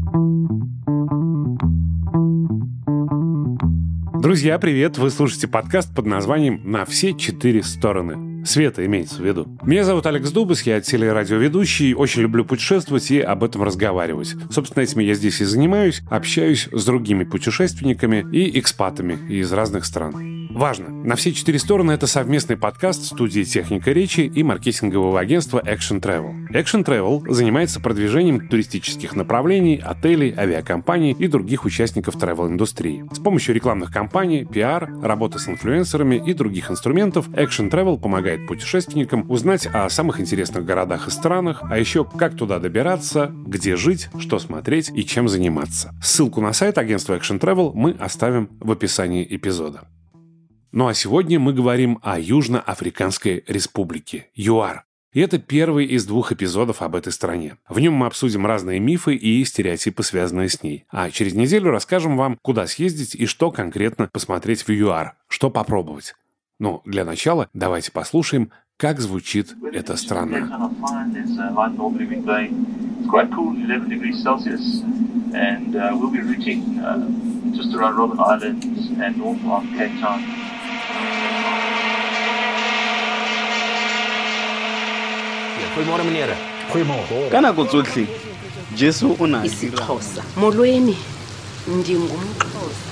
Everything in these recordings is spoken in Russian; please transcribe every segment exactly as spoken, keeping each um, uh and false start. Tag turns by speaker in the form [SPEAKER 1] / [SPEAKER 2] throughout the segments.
[SPEAKER 1] Друзья, привет! Вы слушаете подкаст под названием «На все четыре стороны». Света имеется в виду. Меня зовут Алекс Дубас, я телерадиоведущий, очень люблю путешествовать и об этом разговаривать. Собственно, этим я здесь и занимаюсь, общаюсь с другими путешественниками и экспатами из разных стран. Важно! «На все четыре стороны» — это совместный подкаст студии «Техника речи» и маркетингового агентства Action Travel. Action Travel занимается продвижением туристических направлений, отелей, авиакомпаний и других участников travel-индустрии. С помощью рекламных кампаний, пиар, работы с инфлюенсерами и других инструментов Action Travel помогает путешественникам узнать о самых интересных городах и странах, а еще как туда добираться, где жить, что смотреть и чем заниматься. Ссылку на сайт агентства Action Travel мы оставим в описании эпизода. Ну а сегодня мы говорим о Южноафриканской Республике, ЮАР. И это первый из двух эпизодов об этой стране. В нем мы обсудим разные мифы и стереотипы, связанные с ней. А через неделю расскажем вам, куда съездить и что конкретно посмотреть в ЮАР, что попробовать. Но для начала давайте послушаем, как звучит эта страна.
[SPEAKER 2] Goeiemôre meneer.
[SPEAKER 3] Goeiemôre. Kana go tsotlhe. Jesu o na
[SPEAKER 4] isiXhosa. Molweni ndingumXhosa.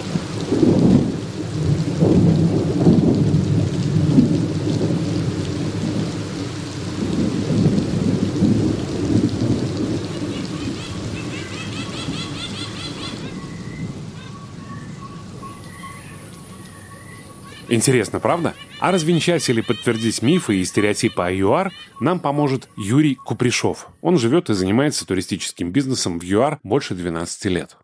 [SPEAKER 1] Интересно, правда? А развенчать или подтвердить мифы и стереотипы о ЮАР нам поможет Юрий Купришов. Он живет и занимается туристическим бизнесом в ЮАР больше двенадцати лет.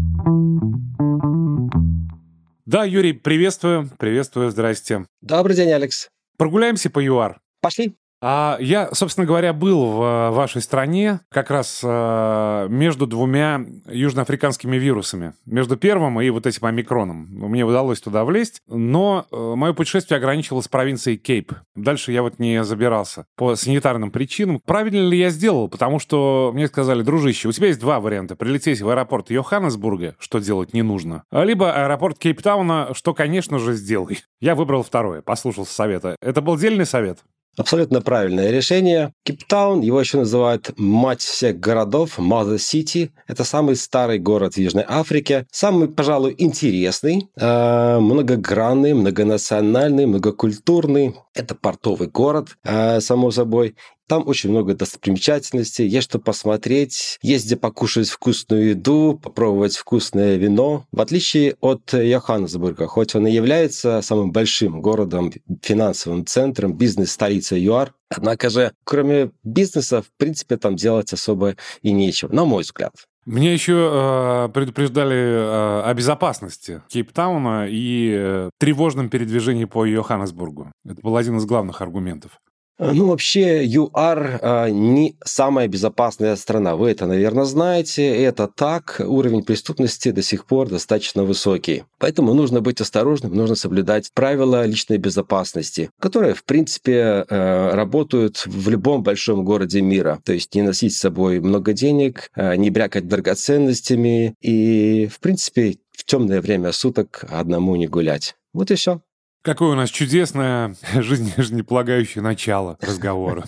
[SPEAKER 1] Да, Юрий, приветствую. Приветствую, здрасте.
[SPEAKER 2] Добрый день, Алекс.
[SPEAKER 1] Прогуляемся по ЮАР.
[SPEAKER 2] Пошли.
[SPEAKER 1] А я, собственно говоря, был в вашей стране как раз э, между двумя южноафриканскими вирусами. Между первым и вот этим омикроном. Мне удалось туда влезть, но э, мое путешествие ограничивалось провинцией Кейп. Дальше я вот не забирался по санитарным причинам. Правильно ли я сделал? Потому что мне сказали: дружище, у тебя есть два варианта. Прилететь в аэропорт Йоханнесбурга, что делать не нужно, либо аэропорт Кейптауна, что, конечно же, сделай. Я выбрал второе, послушался совета. Это был дельный совет?
[SPEAKER 2] Абсолютно правильное решение. Кейптаун, его еще называют мать всех городов, Mother City. Это самый старый город в Южной Африке. Самый, пожалуй, интересный, э, многогранный, многонациональный, многокультурный. Это портовый город, э, само собой. Там очень много достопримечательностей, есть что посмотреть, есть где покушать вкусную еду, попробовать вкусное вино. В отличие от Йоханнесбурга, хоть он и является самым большим городом, финансовым центром, бизнес-столицей ЮАР, однако же, кроме бизнеса, в принципе, там делать особо и нечего, на мой взгляд.
[SPEAKER 1] Меня еще э, предупреждали э, о безопасности Кейптауна и э, тревожном передвижении по Йоханнесбургу. Это был один из главных аргументов.
[SPEAKER 2] Ну, вообще, ЮАР а, не самая безопасная страна. Вы это, наверное, знаете. Это так. Уровень преступности до сих пор достаточно высокий. Поэтому нужно быть осторожным, нужно соблюдать правила личной безопасности, которые, в принципе, работают в любом большом городе мира. То есть не носить с собой много денег, не брякать драгоценностями и, в принципе, в темное время суток одному не гулять. Вот и все.
[SPEAKER 1] Какое у нас чудесное, жизнеполагающее начало разговора.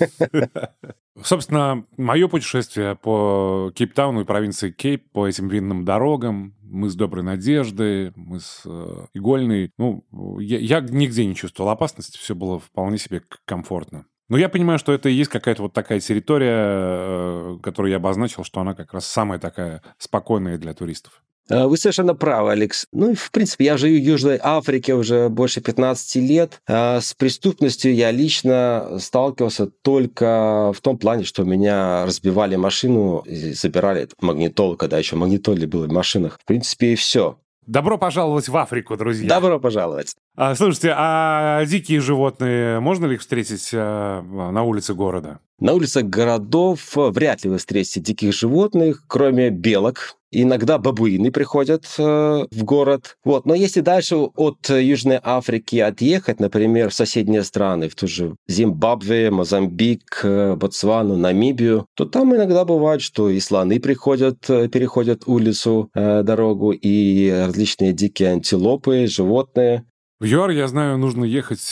[SPEAKER 1] Собственно, мое путешествие по Кейптауну и провинции Кейп, по этим винным дорогам, мы с Доброй Надежды, мы с э, Игольной, ну, я, я нигде не чувствовал опасности, все было вполне себе комфортно. Но я понимаю, что это и есть какая-то вот такая территория, которую я обозначил, что она как раз самая такая спокойная для туристов.
[SPEAKER 2] Вы совершенно правы, Алекс. Ну, в принципе, я живу в Южной Африке уже больше пятнадцати лет. С преступностью я лично сталкивался только в том плане, что меня разбивали машину и забирали этот магнитол, когда еще магнитолы были в машинах. В принципе, и все.
[SPEAKER 1] Добро пожаловать в Африку, друзья.
[SPEAKER 2] Добро пожаловать.
[SPEAKER 1] А, слушайте, а дикие животные, можно ли их встретить а, на улице города?
[SPEAKER 2] На улицах городов вряд ли вы встретите диких животных, кроме белок. Иногда бабуины приходят э, в город. Вот. Но если дальше от Южной Африки отъехать, например, в соседние страны, в ту же Зимбабве, Мозамбик, э, Ботсвану, Намибию, то там иногда бывает, что и слоны приходят, переходят улицу, э, дорогу, и различные дикие антилопы, животные.
[SPEAKER 1] В ЮАР, я знаю, нужно ехать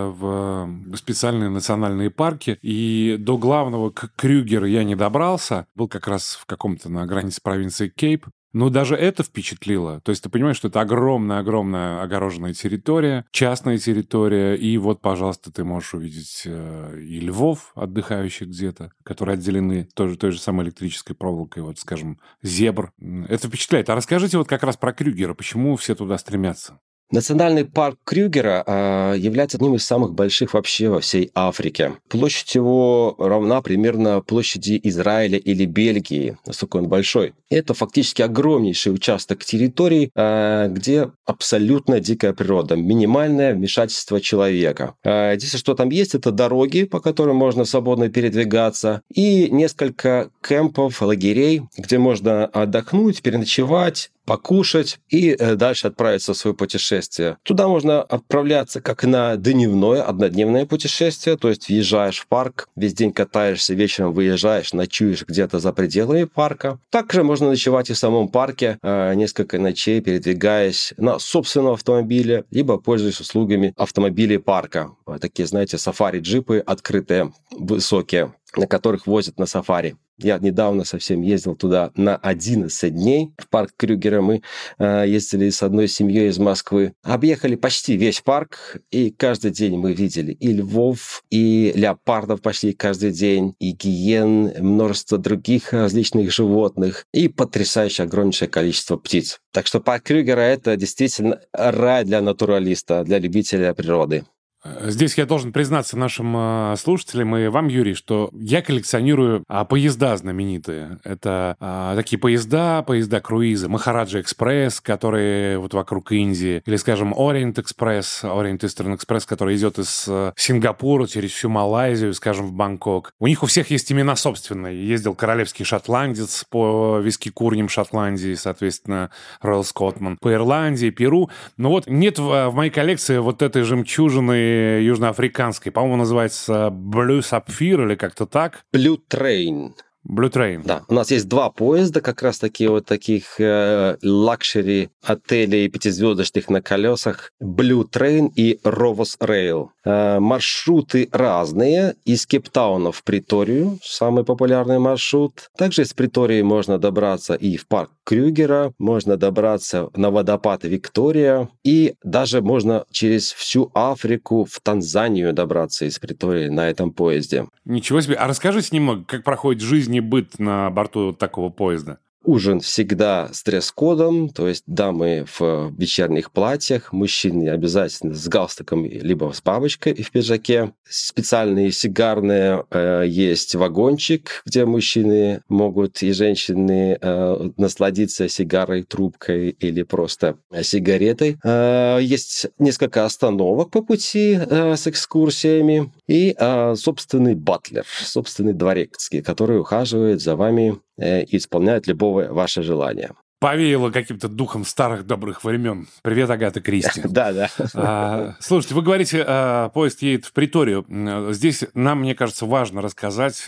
[SPEAKER 1] в специальные национальные парки, и до главного Крюгера я не добрался, был как раз в каком-то на границе провинции Кейп, но даже это впечатлило. То есть ты понимаешь, что это огромная-огромная огороженная территория, частная территория, и вот, пожалуйста, ты можешь увидеть и львов, отдыхающих где-то, которые отделены тоже той же самой электрической проволокой, вот, скажем, зебр. Это впечатляет. А расскажите вот как раз про Крюгера, почему все туда стремятся?
[SPEAKER 2] Национальный парк Крюгера э, является одним из самых больших вообще во всей Африке. Площадь его равна примерно площади Израиля или Бельгии, насколько он большой. Это фактически огромнейший участок территории, э, где абсолютно дикая природа, минимальное вмешательство человека. Э, единственное, что там есть, это дороги, по которым можно свободно передвигаться, и несколько кемпов, лагерей, где можно отдохнуть, переночевать, покушать и дальше отправиться в свое путешествие. Туда можно отправляться как на дневное, однодневное путешествие, то есть въезжаешь в парк, весь день катаешься, вечером выезжаешь, ночуешь где-то за пределами парка. Также можно ночевать и в самом парке, несколько ночей передвигаясь на собственном автомобиле, либо пользуясь услугами автомобилей парка. Такие, знаете, сафари-джипы открытые, высокие, на которых возят на сафари. Я недавно совсем ездил туда на одиннадцать дней. В парк Крюгера мы э, ездили с одной семьей из Москвы. Объехали почти весь парк, и каждый день мы видели и львов, и леопардов почти каждый день, и гиен, множество других различных животных, и потрясающее огромнейшее количество птиц. Так что парк Крюгера — это действительно рай для натуралиста, для любителя природы.
[SPEAKER 1] Здесь я должен признаться нашим слушателям и вам, Юрий, что я коллекционирую поезда знаменитые. Это а, такие поезда, поезда-круизы. Махараджа Экспресс, которые вот вокруг Индии. Или, скажем, Ориент Экспресс, Ориент Истерн Экспресс, который идет из Сингапура через всю Малайзию, скажем, в Бангкок. У них у всех есть имена собственные. Ездил королевский шотландец по виски-курням Шотландии, соответственно, Роyal Scotsman. По Ирландии, Перу. Но вот нет в, в моей коллекции вот этой жемчужины южноафриканской. По-моему, называется Blue Sapphire или как-то так.
[SPEAKER 2] Blue Train.
[SPEAKER 1] Blue Train.
[SPEAKER 2] Да, у нас есть два поезда, как раз таки вот таких э, лакшери отелей пятизвездочных на колесах. Blue Train и Rovos Rail. Э, маршруты разные. Из Кейптауна в Приторию, самый популярный маршрут. Также из Притории можно добраться и в парк Крюгера, можно добраться на водопад Виктория, и даже можно через всю Африку в Танзанию добраться из Притории на этом поезде.
[SPEAKER 1] Ничего себе. А расскажите немного, как проходит жизнь и быт на борту такого поезда?
[SPEAKER 2] Ужин всегда с дресс-кодом, то есть дамы в вечерних платьях, мужчины обязательно с галстуком либо с бабочкой и в пиджаке. Специальные сигарные э, есть вагончик, где мужчины могут и женщины э, насладиться сигарой, трубкой или просто сигаретой. Э, есть несколько остановок по пути э, с экскурсиями и э, собственный батлер, собственный дворецкий, который ухаживает за вами и исполняет любое ваше желание.
[SPEAKER 1] Повеяло каким-то духом старых добрых времен. Привет, Агата Кристи.
[SPEAKER 2] Да, да.
[SPEAKER 1] А, слушайте, вы говорите, а, поезд едет в Приторию. Здесь нам, мне кажется, важно рассказать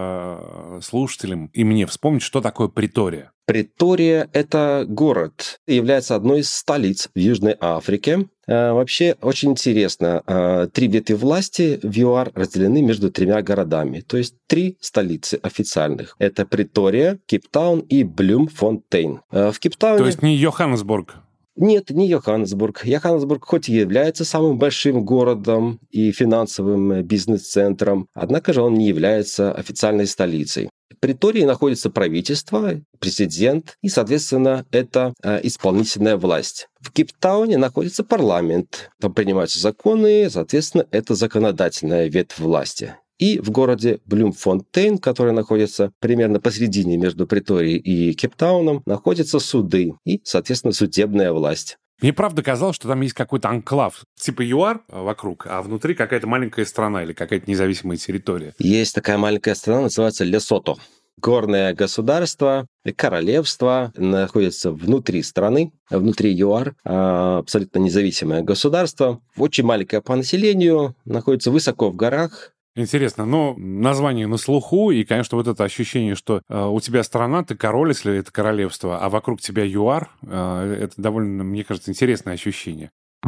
[SPEAKER 1] а, слушателям и мне вспомнить, что такое Притория.
[SPEAKER 2] Притория – это город, является одной из столиц в Южной Африке. Вообще очень интересно, три ветви власти в ЮАР разделены между тремя городами, то есть три столицы официальных. Это Притория, Кейптаун и Блумфонтейн. В Кейптауне...
[SPEAKER 1] То есть не Йоханнесбург?
[SPEAKER 2] Нет, не Йоханнесбург. Йоханнесбург хоть и является самым большим городом и финансовым бизнес-центром, однако же он не является официальной столицей. В Притории находится правительство, президент, и, соответственно, это э, исполнительная власть. В Кейптауне находится парламент, там принимаются законы, соответственно, это законодательная ветвь власти. И в городе Блумфонтейн, который находится примерно посередине между Приторией и Кейптауном, находятся суды и, соответственно, судебная власть.
[SPEAKER 1] Мне правда казалось, что там есть какой-то анклав, типа ЮАР вокруг, а внутри какая-то маленькая страна или какая-то независимая территория.
[SPEAKER 2] Есть такая маленькая страна, называется Лесото. Горное государство, королевство находится внутри страны, внутри ЮАР, абсолютно независимое государство. Очень маленькое по населению, находится высоко в горах.
[SPEAKER 1] Интересно, но название на слуху, и, конечно, вот это ощущение, что э, у тебя страна, ты король, если это королевство, а вокруг тебя ЮАР, э, это довольно, мне кажется, интересное ощущение.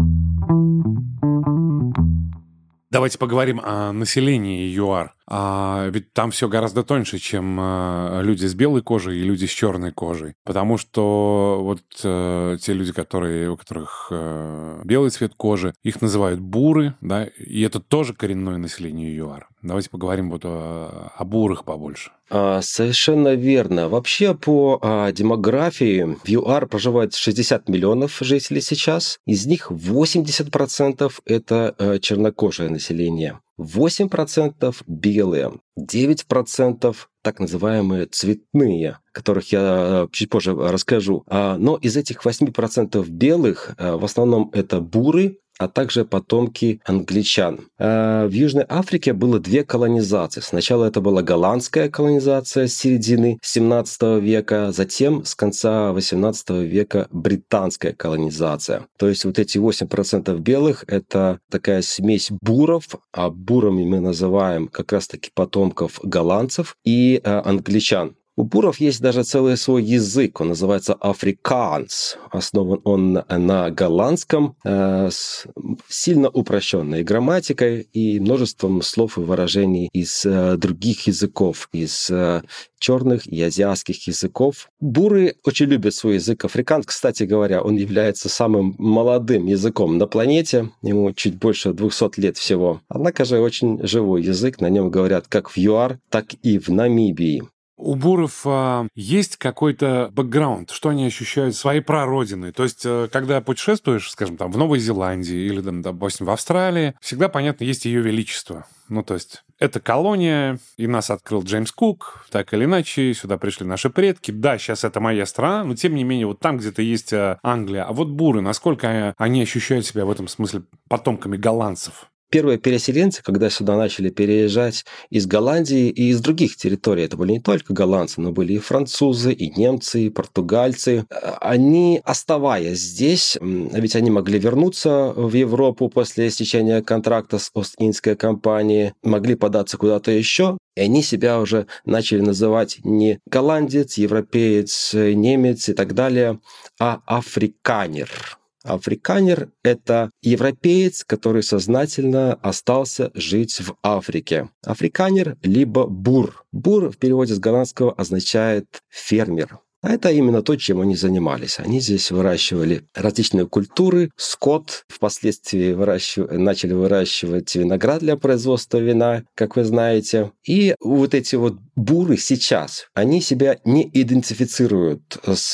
[SPEAKER 1] Давайте поговорим о населении ЮАР. А ведь там все гораздо тоньше, чем э, люди с белой кожей и люди с черной кожей. Потому что вот э, те люди, которые, у которых э, белый цвет кожи, их называют буры, да, и это тоже коренное население ЮАР. Давайте поговорим вот о, о бурах побольше.
[SPEAKER 2] Совершенно верно. Вообще по а, демографии в ЮАР проживает шестьдесят миллионов жителей сейчас. Из них восемьдесят процентов это а, чернокожее население. восемь процентов белые, девять процентов так называемые цветные, о которых я чуть позже расскажу. Но из этих восемь процентов белых в основном это буры, а также потомки англичан. В Южной Африке было две колонизации. Сначала это была голландская колонизация с середины семнадцатого века, затем с конца восемнадцатого века британская колонизация. То есть вот эти восемь процентов белых — это такая смесь буров, а бурами мы называем как раз-таки потомков голландцев и англичан. У буров есть даже целый свой язык, он называется африкаанс. Основан он на голландском, э, с сильно упрощенной грамматикой и множеством слов и выражений из э, других языков, из э, черных и азиатских языков. Буры очень любят свой язык. Африкаанс, кстати говоря, он является самым молодым языком на планете, ему чуть больше двухсот лет всего. Однако же очень живой язык, на нем говорят как в ЮАР, так и в Намибии.
[SPEAKER 1] У буров а, есть какой-то бэкграунд, что они ощущают своей прародиной. То есть, когда путешествуешь, скажем, там, в Новой Зеландии или, там, допустим, в Австралии, всегда, понятно, есть ее величество. Ну, то есть, это колония, и нас открыл Джеймс Кук, так или иначе, сюда пришли наши предки. Да, сейчас это моя страна, но, тем не менее, вот там где-то есть Англия. А вот буры, насколько они ощущают себя в этом смысле потомками голландцев?
[SPEAKER 2] Первые переселенцы, когда сюда начали переезжать из Голландии и из других территорий, это были не только голландцы, но были и французы, и немцы, и португальцы, они, оставаясь здесь, ведь они могли вернуться в Европу после истечения контракта с Ост-Индской компанией, могли податься куда-то еще, и они себя уже начали называть не голландец, европеец, немец и так далее, а африканер. Африканер — это европеец, который сознательно остался жить в Африке. Африканер либо бур. Бур в переводе с голландского означает «фермер». А это именно то, чем они занимались. Они здесь выращивали различные культуры, скот, впоследствии выращив... начали выращивать виноград для производства вина, как вы знаете. И вот эти вот буры сейчас, они себя не идентифицируют с,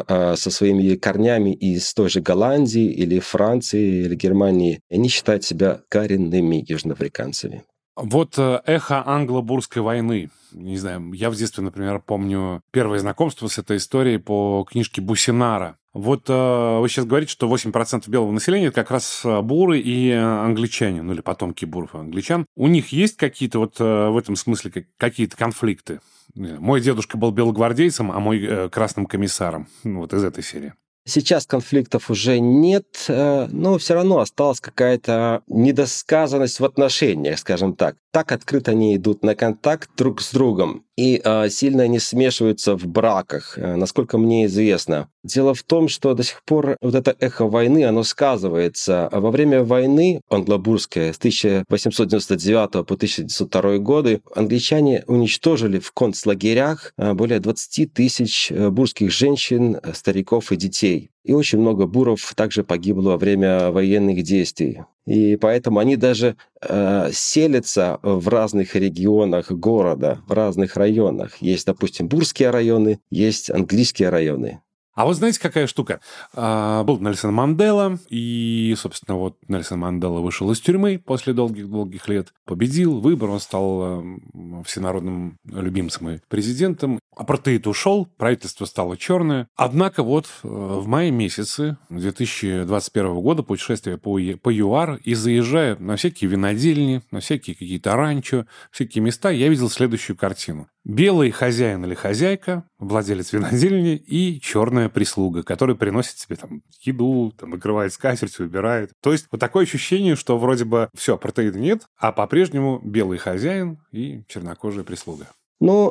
[SPEAKER 2] со своими корнями из той же Голландии или Франции или Германии. Они считают себя коренными южноафриканцами.
[SPEAKER 1] Вот эхо англо-бурской войны. Не знаю, я в детстве, например, помню первое знакомство с этой историей по книжке Бусинара. Вот э, вы сейчас говорите, что восемь процентов белого населения — это как раз буры и англичане, ну или потомки буров и англичан. У них есть какие-то вот э, в этом смысле какие-то конфликты? Мой дедушка был белогвардейцем, а мой э, красным комиссаром. Вот из этой серии.
[SPEAKER 2] Сейчас конфликтов уже нет, но все равно осталась какая-то недосказанность в отношениях, скажем так. Так открыто они идут на контакт друг с другом и э, сильно не смешиваются в браках, э, насколько мне известно. Дело в том, что до сих пор вот это эхо войны, оно сказывается. Во время войны англо-бурской с тысяча восемьсот девяносто девятого по тысяча девятьсот второй годы англичане уничтожили в концлагерях более двадцать тысяч бурских женщин, стариков и детей. И очень много буров также погибло во время военных действий. И поэтому они даже э, селятся в разных регионах города, в разных районах. Есть, допустим, бурские районы, есть английские районы.
[SPEAKER 1] А вот знаете, какая штука? А, был Нельсон Мандела, и, собственно, вот Нельсон Мандела вышел из тюрьмы после долгих-долгих лет, победил выбор, он стал всенародным любимцем и президентом. Апартеид ушел, правительство стало черное. Однако вот в мае месяце две тысячи двадцать первого года, путешествие по, по ЮАР, и заезжая на всякие винодельни, на всякие какие-то ранчо, всякие места, я видел следующую картину. Белый хозяин или хозяйка, владелец винодельни, и черная прислуга, которая приносит себе там еду, там, накрывает скатерть, убирает. То есть вот такое ощущение, что вроде бы все, апартеида нет, а по-прежнему белый хозяин и чернокожая прислуга.
[SPEAKER 2] Ну,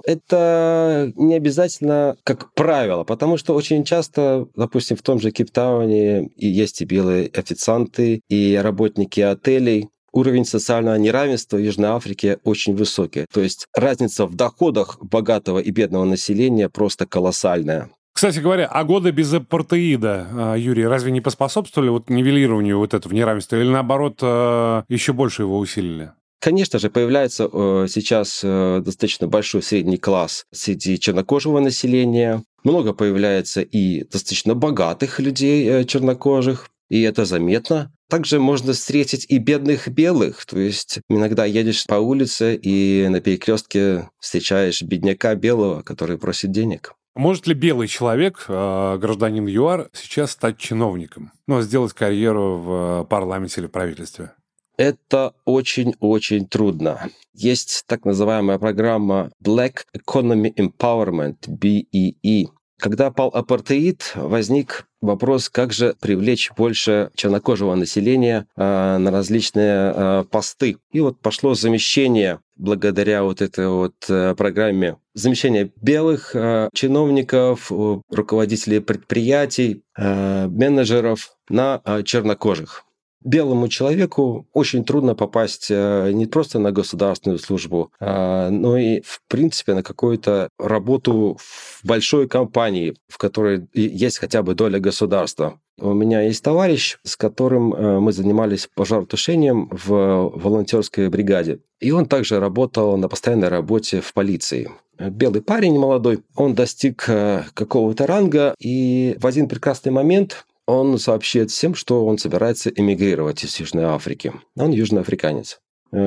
[SPEAKER 2] это не обязательно как правило, потому что очень часто, допустим, в том же Кейптауне и есть и белые официанты, и работники отелей. Уровень социального неравенства в Южной Африке очень высокий. То есть разница в доходах богатого и бедного населения просто колоссальная.
[SPEAKER 1] Кстати говоря, а годы без апартеида, Юрий, разве не поспособствовали вот нивелированию вот этого неравенства или, наоборот, еще больше его усилили?
[SPEAKER 2] Конечно же, появляется сейчас достаточно большой средний класс среди чернокожего населения. Много появляется и достаточно богатых людей чернокожих, и это заметно. Также можно встретить и бедных белых, то есть иногда едешь по улице и на перекрестке встречаешь бедняка белого, который просит денег.
[SPEAKER 1] Может ли белый человек, гражданин ЮАР, сейчас стать чиновником, ну, сделать карьеру в парламенте или правительстве?
[SPEAKER 2] Это очень-очень трудно. Есть так называемая программа Black Economy Empowerment, би и и. Когда пал апартеид, возник вопрос, как же привлечь больше чернокожего населения э, на различные э, посты. И вот пошло замещение, благодаря вот этой вот э, программе, замещение белых э, чиновников, э, руководителей предприятий, э, менеджеров на э, чернокожих. Белому человеку очень трудно попасть не просто на государственную службу, но и, в принципе, на какую-то работу в большой компании, в которой есть хотя бы доля государства. У меня есть товарищ, с которым мы занимались пожаротушением в волонтерской бригаде. И он также работал на постоянной работе в полиции. Белый парень молодой, он достиг какого-то ранга, и в один прекрасный момент он сообщает всем, что он собирается эмигрировать из Южной Африки. Он южноафриканец.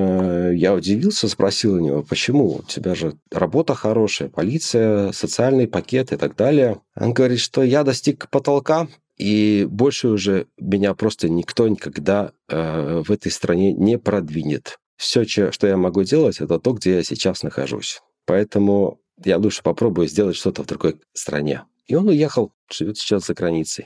[SPEAKER 2] Я удивился, спросил у него, почему? У тебя же работа хорошая, полиция, социальный пакет и так далее. Он говорит, что я достиг потолка, и больше уже меня просто никто никогда в этой стране не продвинет. Все, что я могу делать, это то, где я сейчас нахожусь. Поэтому я лучше попробую сделать что-то в другой стране. И он уехал, живет сейчас за границей.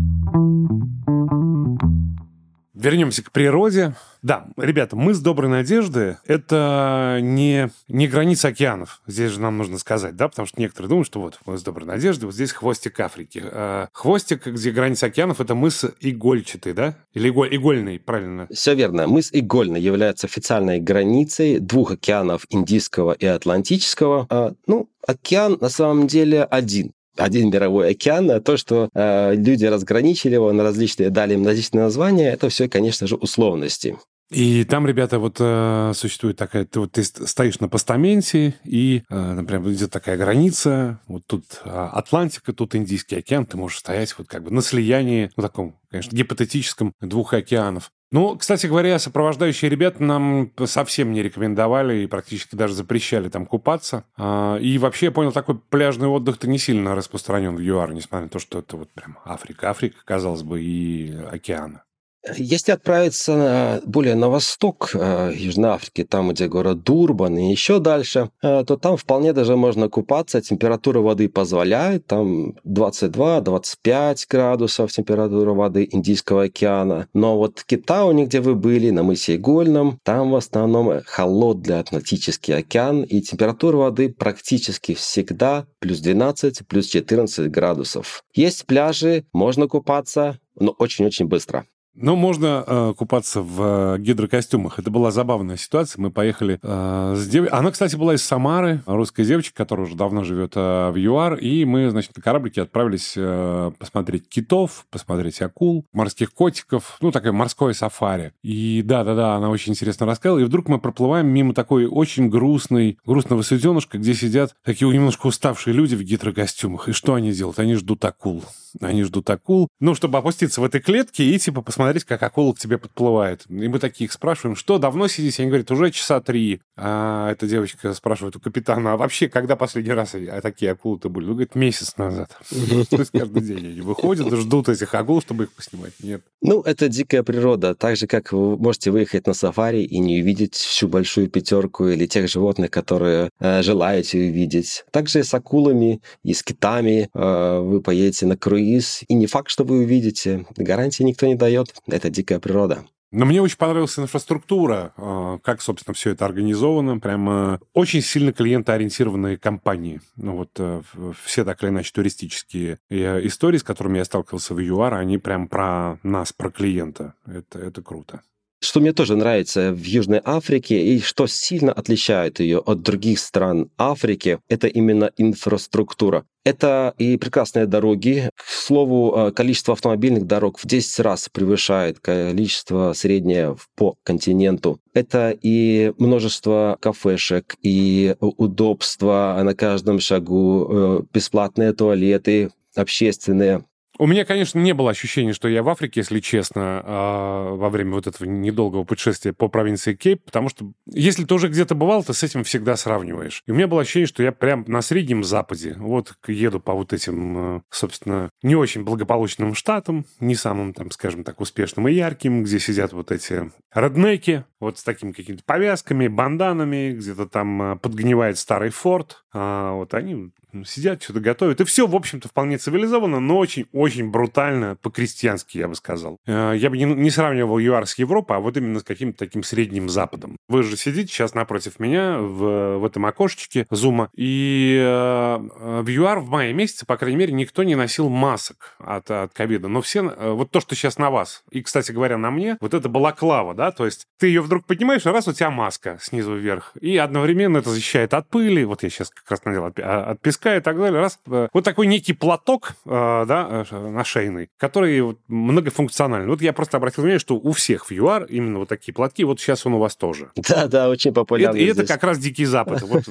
[SPEAKER 1] Вернемся к природе. Да, ребята, мыс Доброй Надежды – это не, не граница океанов. Здесь же нам нужно сказать, да, потому что некоторые думают, что вот мыс Доброй Надежды, вот здесь хвостик Африки. А хвостик, где граница океанов, это мыс Игольчатый, да? Или иголь, Игольный, правильно?
[SPEAKER 2] Все верно. Мыс Игольный является официальной границей двух океанов, Индийского и Атлантического. А, ну, океан на самом деле один. Один мировой океан, а то, что э, люди разграничили его на различные, дали им различные названия, это все, конечно же, условности.
[SPEAKER 1] И там, ребята, вот э, существует такая... Ты, вот, ты стоишь на постаменте, и, э, например, идет такая граница, вот тут э, Атлантика, тут Индийский океан, ты можешь стоять вот как бы на слиянии, ну, таком, конечно, гипотетическом двух океанов. Ну, кстати говоря, сопровождающие ребята нам совсем не рекомендовали и практически даже запрещали там купаться. И вообще, я понял, такой пляжный отдых-то не сильно распространен в ЮАР, несмотря на то, что это вот прям Африка. Африка, казалось бы, и океаны.
[SPEAKER 2] Если отправиться более на восток Южной Африки, там, где город Дурбан и еще дальше, то там вполне даже можно купаться, температура воды позволяет, там двадцать два - двадцать пять градусов температура воды Индийского океана. Но вот в Кейптауне, где вы были, на мысе Игольном, там в основном холодный Атлантический океан, и температура воды практически всегда плюс двенадцать, плюс четырнадцать градусов. Есть пляжи, можно купаться, но очень-очень быстро.
[SPEAKER 1] Ну, можно э, купаться в э, гидрокостюмах. Это была забавная ситуация. Мы поехали э, с девочкой. Она, кстати, была из Самары, русская девочка, которая уже давно живет э, в ЮАР. И мы, значит, на кораблике отправились э, посмотреть китов, посмотреть акул, морских котиков. Ну, такое морское сафари. И да-да-да, она очень интересно рассказывала. И вдруг мы проплываем мимо такой очень грустной, грустного суденышка, где сидят такие немножко уставшие люди в гидрокостюмах. И что они делают? Они ждут акул. Они ждут акул. Ну, чтобы опуститься в этой клетке и, типа, посмотреть, как акула к тебе подплывает. И мы такие их спрашиваем, что, давно сидите? Они говорят, уже часа три. А эта девочка спрашивает у капитана, а вообще, когда последний раз а такие акулы-то были? Он говорит, месяц назад. То есть каждый день они выходят и ждут этих акул, чтобы их поснимать. Нет.
[SPEAKER 2] Ну, это дикая природа. Так же, как вы можете выехать на сафари и не увидеть всю большую пятерку или тех животных, которые э, желаете увидеть. Также и с акулами, и с китами э, вы поедете на круиз, и не факт, что вы увидите. Гарантии никто не дает. Это дикая природа.
[SPEAKER 1] Но мне очень понравилась инфраструктура, как, собственно, все это организовано. Прямо очень сильно клиентоориентированные компании. Ну вот все так или иначе туристические истории, с которыми я сталкивался в ЮАР, они прям про нас, про клиента. Это, это круто.
[SPEAKER 2] Что мне тоже нравится в Южной Африке и что сильно отличает ее от других стран Африки, это именно инфраструктура. Это и прекрасные дороги. К слову, количество автомобильных дорог в десять раз превышает количество среднее по континенту. Это и множество кафешек, и удобства на каждом шагу, бесплатные туалеты, общественные.
[SPEAKER 1] У меня, конечно, не было ощущения, что я в Африке, если честно, во время вот этого недолгого путешествия по провинции Кейп, потому что если ты уже где-то бывал, ты с этим всегда сравниваешь. И у меня было ощущение, что я прям на Среднем Западе. Вот еду по вот этим, собственно, не очень благополучным штатам, не самым, там, скажем так, успешным и ярким, где сидят вот эти реднеки, вот с такими какими-то повязками, банданами, где-то там подгнивает старый форт. А вот они сидят, что-то готовят. И все, в общем-то, вполне цивилизованно, но очень-очень брутально, по-крестьянски, я бы сказал. Я бы не, не сравнивал ЮАР с Европой, а вот именно с каким-то таким Средним Западом. Вы же сидите сейчас напротив меня в, в этом окошечке зума, и э, в ЮАР в мае месяце, по крайней мере, никто не носил масок от, от ковида. Но все, вот то, что сейчас на вас, и, кстати говоря, на мне, вот это балаклава, да, то есть ты ее вдруг поднимаешь, и раз у тебя маска снизу вверх, и одновременно это защищает от пыли, вот я сейчас как раз надел от, от песка, и так далее. Раз, вот такой некий платок, да, нашейный, который многофункциональный. Вот я просто обратил внимание, что у всех в ЮАР именно вот такие платки, вот сейчас он у вас тоже.
[SPEAKER 2] Да-да, очень популярно.
[SPEAKER 1] И это как раз Дикий Запад. Вот,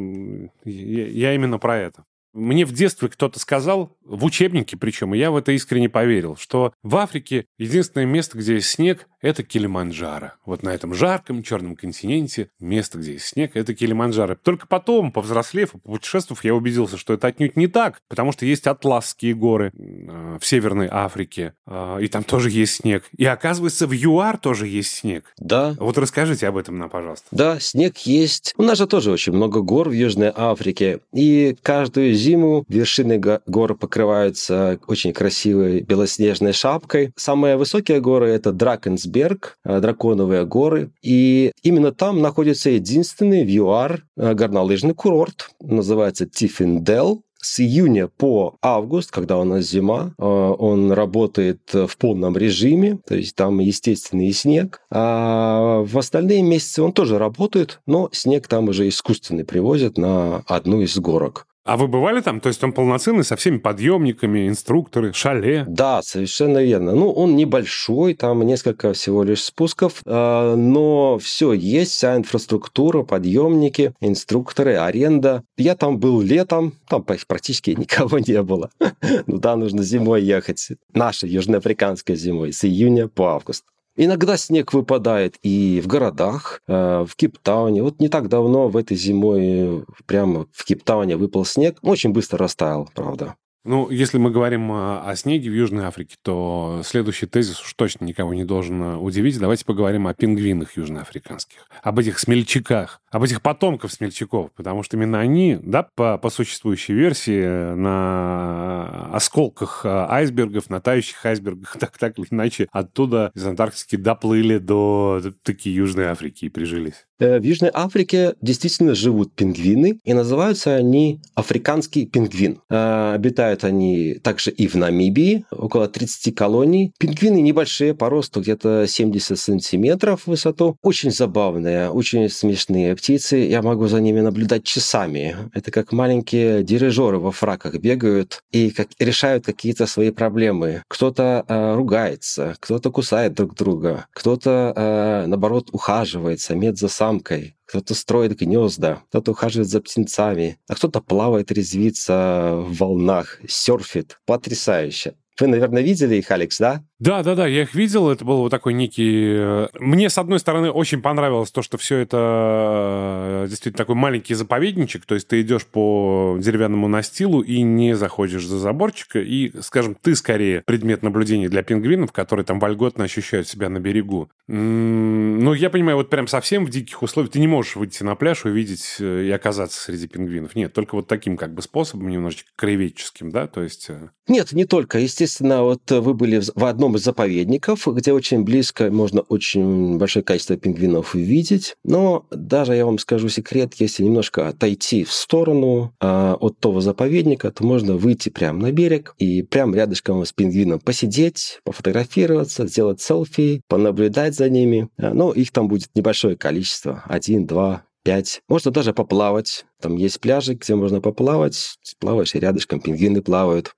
[SPEAKER 1] я именно про это. Мне в детстве кто-то сказал, в учебнике причем, и я в это искренне поверил, что в Африке единственное место, где есть снег, это Килиманджаро. Вот на этом жарком черном континенте место, где есть снег, это Килиманджаро. Только потом, повзрослев и попутешествовав, я убедился, что это отнюдь не так, потому что есть Атласские горы э, в Северной Африке, э, и там тоже есть снег. И оказывается, в ЮАР тоже есть снег.
[SPEAKER 2] Да.
[SPEAKER 1] Вот расскажите об этом нам, пожалуйста.
[SPEAKER 2] Да, снег есть. У нас же тоже очень много гор в Южной Африке, и каждую зиму вершины гор покрываются очень красивой белоснежной шапкой. Самые высокие горы — это Дракенсберг, Драконовые горы. И именно там находится единственный в ЮАР горнолыжный курорт. Называется Тиффиндел. С июня по август, когда у нас зима, он работает в полном режиме, то есть там естественный снег. А в остальные месяцы он тоже работает, но снег там уже искусственный привозят на одну из горок.
[SPEAKER 1] А вы бывали там? То есть он полноценный, со всеми подъемниками, инструкторы, шале?
[SPEAKER 2] Да, совершенно верно. Ну, он небольшой, там несколько всего лишь спусков, но все есть, вся инфраструктура, подъемники, инструкторы, аренда. Я там был летом, там практически никого не было. Ну да, нужно зимой ехать. Нашей южноафриканской зимой, с июня по август. Иногда снег выпадает и в городах, в Кейптауне. Вот не так давно, в этой зимой, прямо в Кейптауне выпал снег. Очень быстро растаял, правда.
[SPEAKER 1] Ну, если мы говорим о снеге в Южной Африке, то следующий тезис уж точно никого не должен удивить. Давайте поговорим о пингвинах южноафриканских, об этих смельчаках, об этих потомках смельчаков, потому что именно они, да, по, по существующей версии, на осколках айсбергов, на тающих айсбергах, так, так или иначе, оттуда из Антарктики доплыли до таки Южной Африки и прижились.
[SPEAKER 2] В Южной Африке действительно живут пингвины, и называются они африканский пингвин. Обитают они также и в Намибии, около тридцать колоний. Пингвины небольшие по росту, где-то семьдесят сантиметров в высоту. Очень забавные, очень смешные птицы. Я могу за ними наблюдать часами. Это как маленькие дирижеры во фраках бегают и как решают какие-то свои проблемы. Кто-то э, ругается, кто-то кусает друг друга, кто-то, э, наоборот, ухаживает, самец за самкой. Кто-то строит гнезда, кто-то ухаживает за птенцами, а кто-то плавает, резвится в волнах, серфит. Потрясающе. Вы, наверное, видели их, Алекс, да?
[SPEAKER 1] Да, да, да, я их видел. Это был вот такой некий... Мне, с одной стороны, очень понравилось то, что все это действительно такой маленький заповедничек. То есть ты идешь по деревянному настилу и не заходишь за заборчик. И, скажем, ты скорее предмет наблюдения для пингвинов, которые там вольготно ощущают себя на берегу. Ну, я понимаю, вот прям совсем в диких условиях ты не можешь выйти на пляж, увидеть и оказаться среди пингвинов. Нет, только вот таким как бы способом, немножечко краеведческим, да, то есть...
[SPEAKER 2] Нет, не только. Естественно, вот вы были в одном из заповедников, где очень близко можно очень большое количество пингвинов увидеть. Но даже, я вам скажу секрет, если немножко отойти в сторону а, от того заповедника, то можно выйти прямо на берег и прямо рядышком с пингвином посидеть, пофотографироваться, сделать селфи, понаблюдать за ними. А, ну, их там будет небольшое количество. Один, два, пять. Можно даже поплавать. Там есть пляжи, где можно поплавать. Плаваешь, и рядышком пингвины плавают.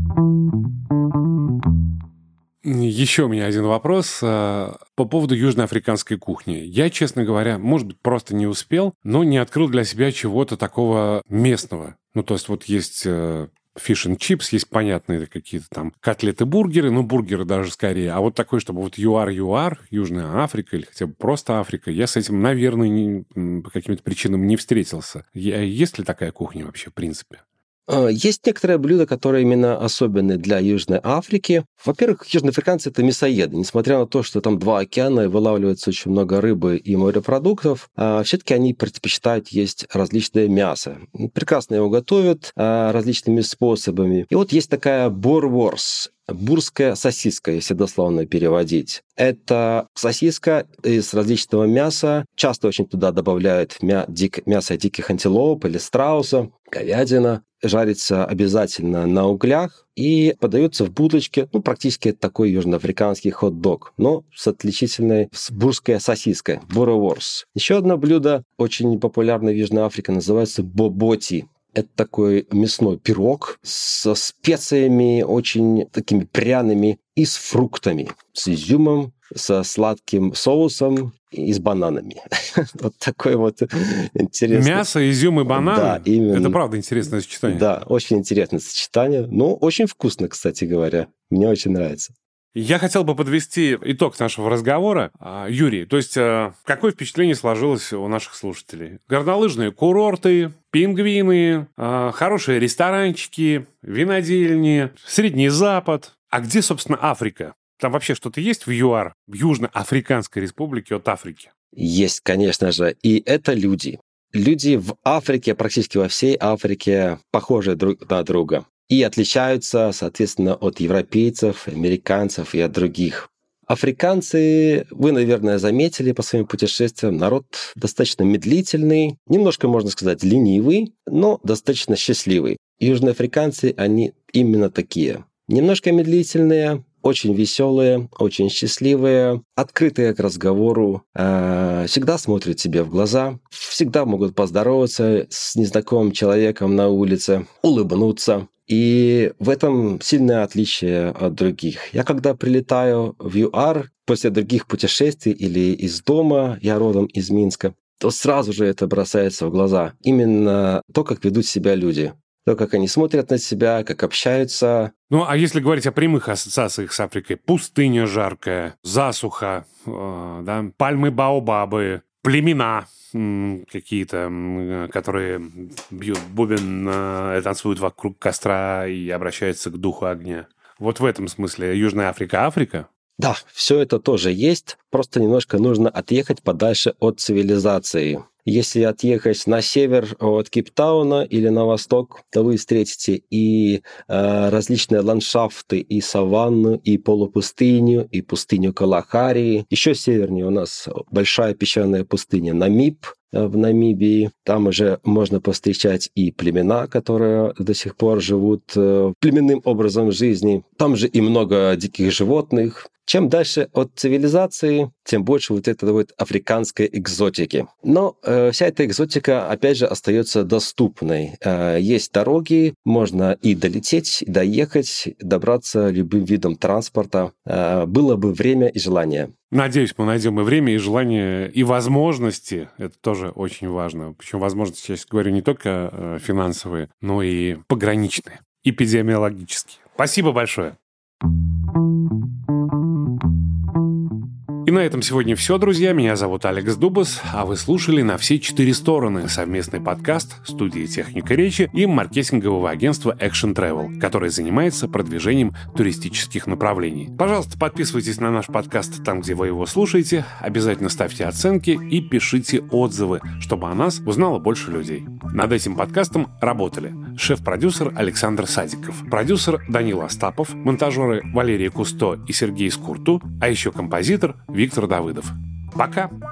[SPEAKER 1] Еще у меня один вопрос по поводу южноафриканской кухни. Я, честно говоря, может быть, просто не успел, но не открыл для себя чего-то такого местного. Ну, то есть вот есть... Fish and chips, есть понятные какие-то там котлеты-бургеры, ну, бургеры даже скорее. А вот такой, чтобы вот ЮАР-ЮАР, Южная Африка или хотя бы просто Африка, я с этим, наверное, не, по каким-то причинам не встретился. Есть ли такая кухня вообще, в принципе?
[SPEAKER 2] Есть некоторые блюда, которые именно особенны для Южной Африки. Во-первых, южноафриканцы – это мясоеды. Несмотря на то, что там два океана и вылавливается очень много рыбы и морепродуктов, все-таки они предпочитают есть различное мясо. Прекрасно его готовят различными способами. И вот есть такая борворс. Бурская сосиска, если дословно переводить. Это сосиска из различного мяса. Часто очень туда добавляют мя- дик- мясо диких антилоп или страуса, говядина. Жарится обязательно на углях и подается в будочке. Ну, практически это такой южноафриканский хот-дог, но с отличительной с бурской сосиской. Бороворс. Еще одно блюдо, очень популярное в Южной Африке, называется боботи. Это такой мясной пирог со специями, очень такими пряными и с фруктами, с изюмом, со сладким соусом и с бананами. Вот такой вот интересный...
[SPEAKER 1] Мясо, изюм и бананы?
[SPEAKER 2] Да, именно.
[SPEAKER 1] Это правда интересное сочетание.
[SPEAKER 2] Да, очень интересное сочетание. Ну, очень вкусно, кстати говоря. Мне очень нравится.
[SPEAKER 1] Я хотел бы подвести итог нашего разговора. Юрий, то есть какое впечатление сложилось у наших слушателей? Горнолыжные курорты, пингвины, хорошие ресторанчики, винодельни, Средний Запад. А где, собственно, Африка? Там вообще что-то есть в ЮАР, в Южноафриканской республике от Африки?
[SPEAKER 2] Есть, конечно же. И это люди. Люди в Африке, практически во всей Африке, похожи друг на друга. И отличаются, соответственно, от европейцев, американцев и от других. Африканцы, вы, наверное, заметили по своим путешествиям, народ достаточно медлительный, немножко, можно сказать, ленивый, но достаточно счастливый. Южноафриканцы, они именно такие. Немножко медлительные, очень веселые, очень счастливые, открытые к разговору, всегда смотрят тебе в глаза, всегда могут поздороваться с незнакомым человеком на улице, улыбнуться. И в этом сильное отличие от других. Я когда прилетаю в ЮАР после других путешествий или из дома, я родом из Минска, то сразу же это бросается в глаза. Именно то, как ведут себя люди. То, как они смотрят на себя, как общаются.
[SPEAKER 1] Ну, а если говорить о прямых ассоциациях с Африкой, пустыня жаркая, засуха, э, да, пальмы-баобабы, племена какие-то, которые бьют бубен, э, танцуют вокруг костра и обращаются к духу огня. Вот в этом смысле Южная Африка – Африка?
[SPEAKER 2] Да, все это тоже есть, просто немножко нужно отъехать подальше от цивилизации. Если отъехать на север от Кейптауна или на восток, то вы встретите и э, различные ландшафты, и саванну, и полупустыню, и пустыню Калахари. Еще севернее у нас большая песчаная пустыня Намиб в Намибии. Там уже можно повстречать и племена, которые до сих пор живут племенным образом жизни. Там же и много диких животных. Чем дальше от цивилизации, тем больше вот этой вот африканской экзотики. Но э, вся эта экзотика, опять же, остается доступной. Э, есть дороги, можно и долететь, и доехать, добраться любым видом транспорта. Э, было бы время и желание.
[SPEAKER 1] Надеюсь, мы найдем и время, и желание, и возможности. Это тоже очень важно. Причем возможности, я сейчас говорю, не только финансовые, но и пограничные, эпидемиологические. Спасибо большое. И на этом сегодня все, друзья. Меня зовут Алекс Дубас, а вы слушали «На все четыре стороны» — совместный подкаст студии «Техника речи» и маркетингового агентства Action Travel, которое занимается продвижением туристических направлений. Пожалуйста, подписывайтесь на наш подкаст там, где вы его слушаете, обязательно ставьте оценки и пишите отзывы, чтобы о нас узнало больше людей. Над этим подкастом работали шеф-продюсер Александр Садиков, продюсер Данила Остапов, монтажеры Валерия Кусто и Сергей Скурту, а еще композитор Виктор Давыдов. Пока!